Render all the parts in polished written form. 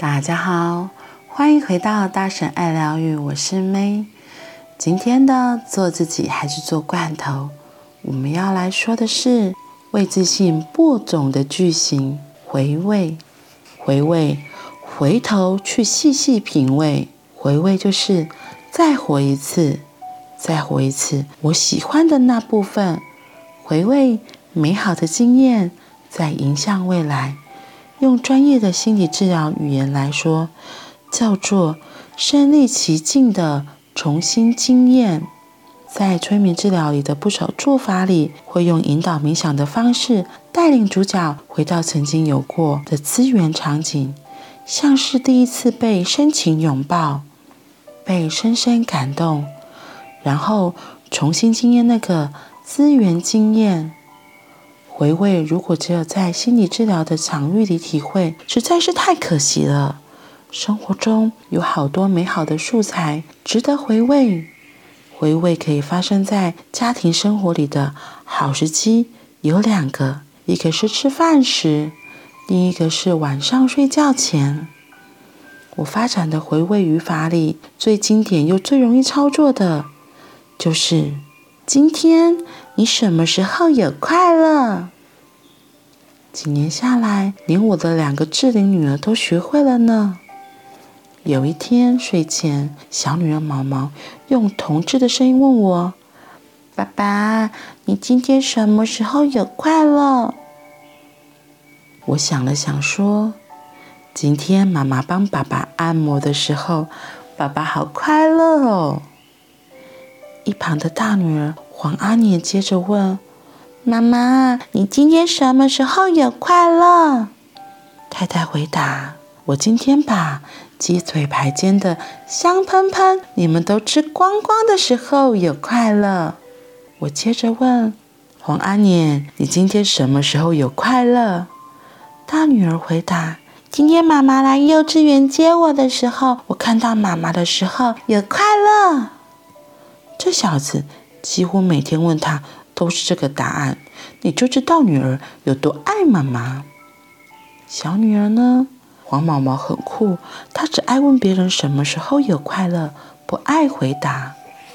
大家好，欢迎回到大神爱疗愈，我是 May。今天的做自己还是做罐头，我们要来说的是为自信播种的句型。回味，回头去细细品味。回味就是再活一次，我喜欢的那部分。回味美好的经验，再迎向未来。用专业的心理治疗语言来说，叫做身临其境的重新经验。在催眠治疗里的不少做法里，会用引导冥想的方式，带领主角回到曾经有过的资源场景，像是第一次被深情拥抱，被深深感动，然后重新经验那个资源经验。回味如果只有在心理治疗的场域里体会，实在是太可惜了。生活中有好多美好的素材值得回味。回味可以发生在家庭生活里的好时机有两个，一个是吃饭时，另一个是晚上睡觉前。我发展的回味语法里，最经典又最容易操作的就是今天你什么时候有快乐？几年下来，连我的2个智龄女儿都学会了呢。有一天睡前，小女儿毛毛用童稚的声音问我：爸爸，你今天什么时候有快乐？我想了想说，今天妈妈帮爸爸按摩的时候，爸爸好快乐哦。一旁的大女儿黄阿年接着问：妈妈，你今天什么时候有快乐？太太回答：我今天把鸡腿排煎的香喷喷，你们都吃光光的时候有快乐。我接着问黄阿年：你今天什么时候有快乐？大女儿回答：今天妈妈来幼稚园接我的时候，我看到妈妈的时候有快乐。这小子几乎每天问他都是这个答案，你就知道女儿有多爱妈妈。小女儿呢，黄毛毛很酷，她只爱问别人什么时候有快乐，不爱回答。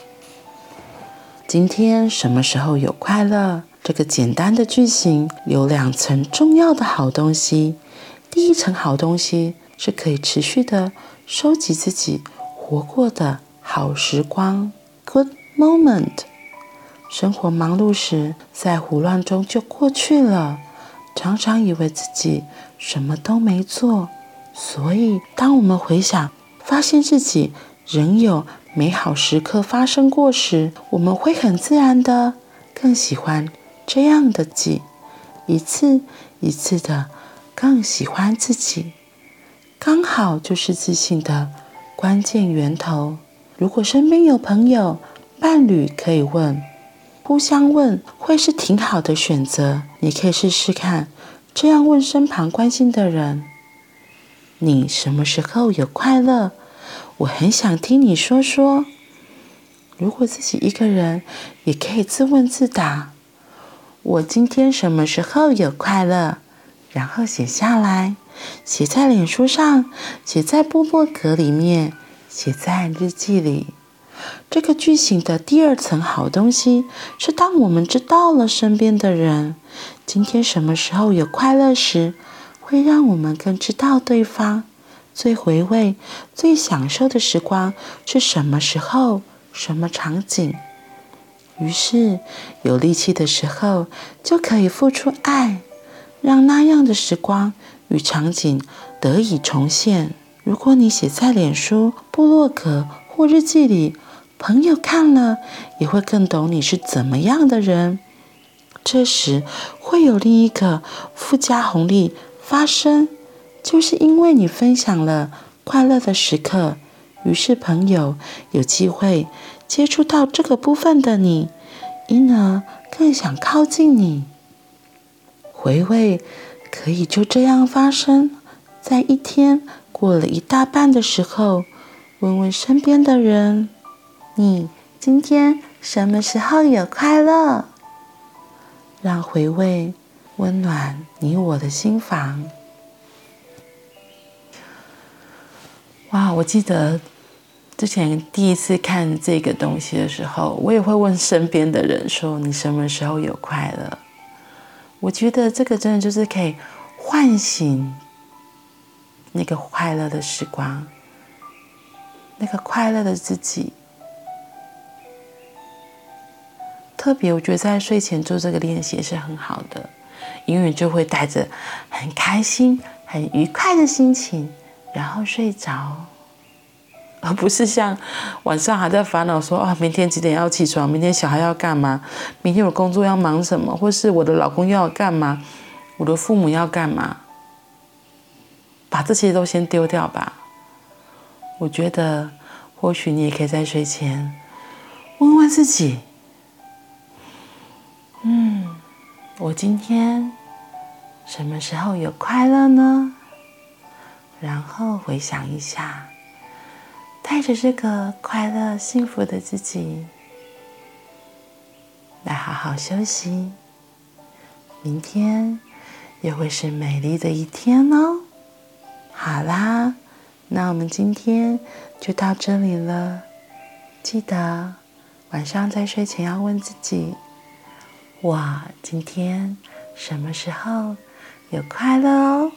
今天什么时候有快乐？这个简单的句型有2层重要的好东西。第一层好东西是可以持续的收集自己活过的好时光 ，good moment。生活忙碌时，在胡乱中就过去了，常常以为自己什么都没做，所以当我们回想，发现自己仍有美好时刻发生过时，我们会很自然的更喜欢这样的自己，一次一次的更喜欢自己，刚好就是自信的关键源头。如果身边有朋友、伴侣可以问，互相问会是挺好的选择。你可以试试看，这样问身旁关心的人：你什么时候有快乐？我很想听你说说。如果自己一个人，也可以自问自答：我今天什么时候有快乐？然后写下来，写在脸书上，写在部落格里面，写在日记里。这个句型的第2层好东西是，当我们知道了身边的人今天什么时候有快乐时，会让我们更知道对方最回味、最享受的时光是什么时候、什么场景。于是有力气的时候，就可以付出爱，让那样的时光与场景得以重现。如果你写在脸书、部落格或日记里，朋友看了也会更懂你是怎么样的人。这时会有另一个附加红利发生，就是因为你分享了快乐的时刻，于是朋友有机会接触到这个部分的你，因而更想靠近你。回味可以就这样发生，在一天过了一大半的时候，问问身边的人：你今天什么时候有快乐？让回味温暖你我的心房。 哇，我记得之前第一次看这个东西的时候，我也会问身边的人说：“你什么时候有快乐？”我觉得这个真的就是可以唤醒那个快乐的时光，那个快乐的自己。特别我觉得在睡前做这个练习是很好的，因为你就会带着很开心、很愉快的心情，然后睡着，而不是像晚上还在烦恼说明天几点要起床，明天小孩要干嘛，明天我工作要忙什么，或是我的老公要干嘛，我的父母要干嘛，把这些都先丢掉吧。我觉得或许你也可以在睡前问问自己，我今天什么时候有快乐呢？然后回想一下，带着这个快乐幸福的自己来好好休息，明天也会是美丽的一天哦。好啦，那我们今天就到这里了。记得晚上在睡前要问自己，我今天什么时候有快乐哦？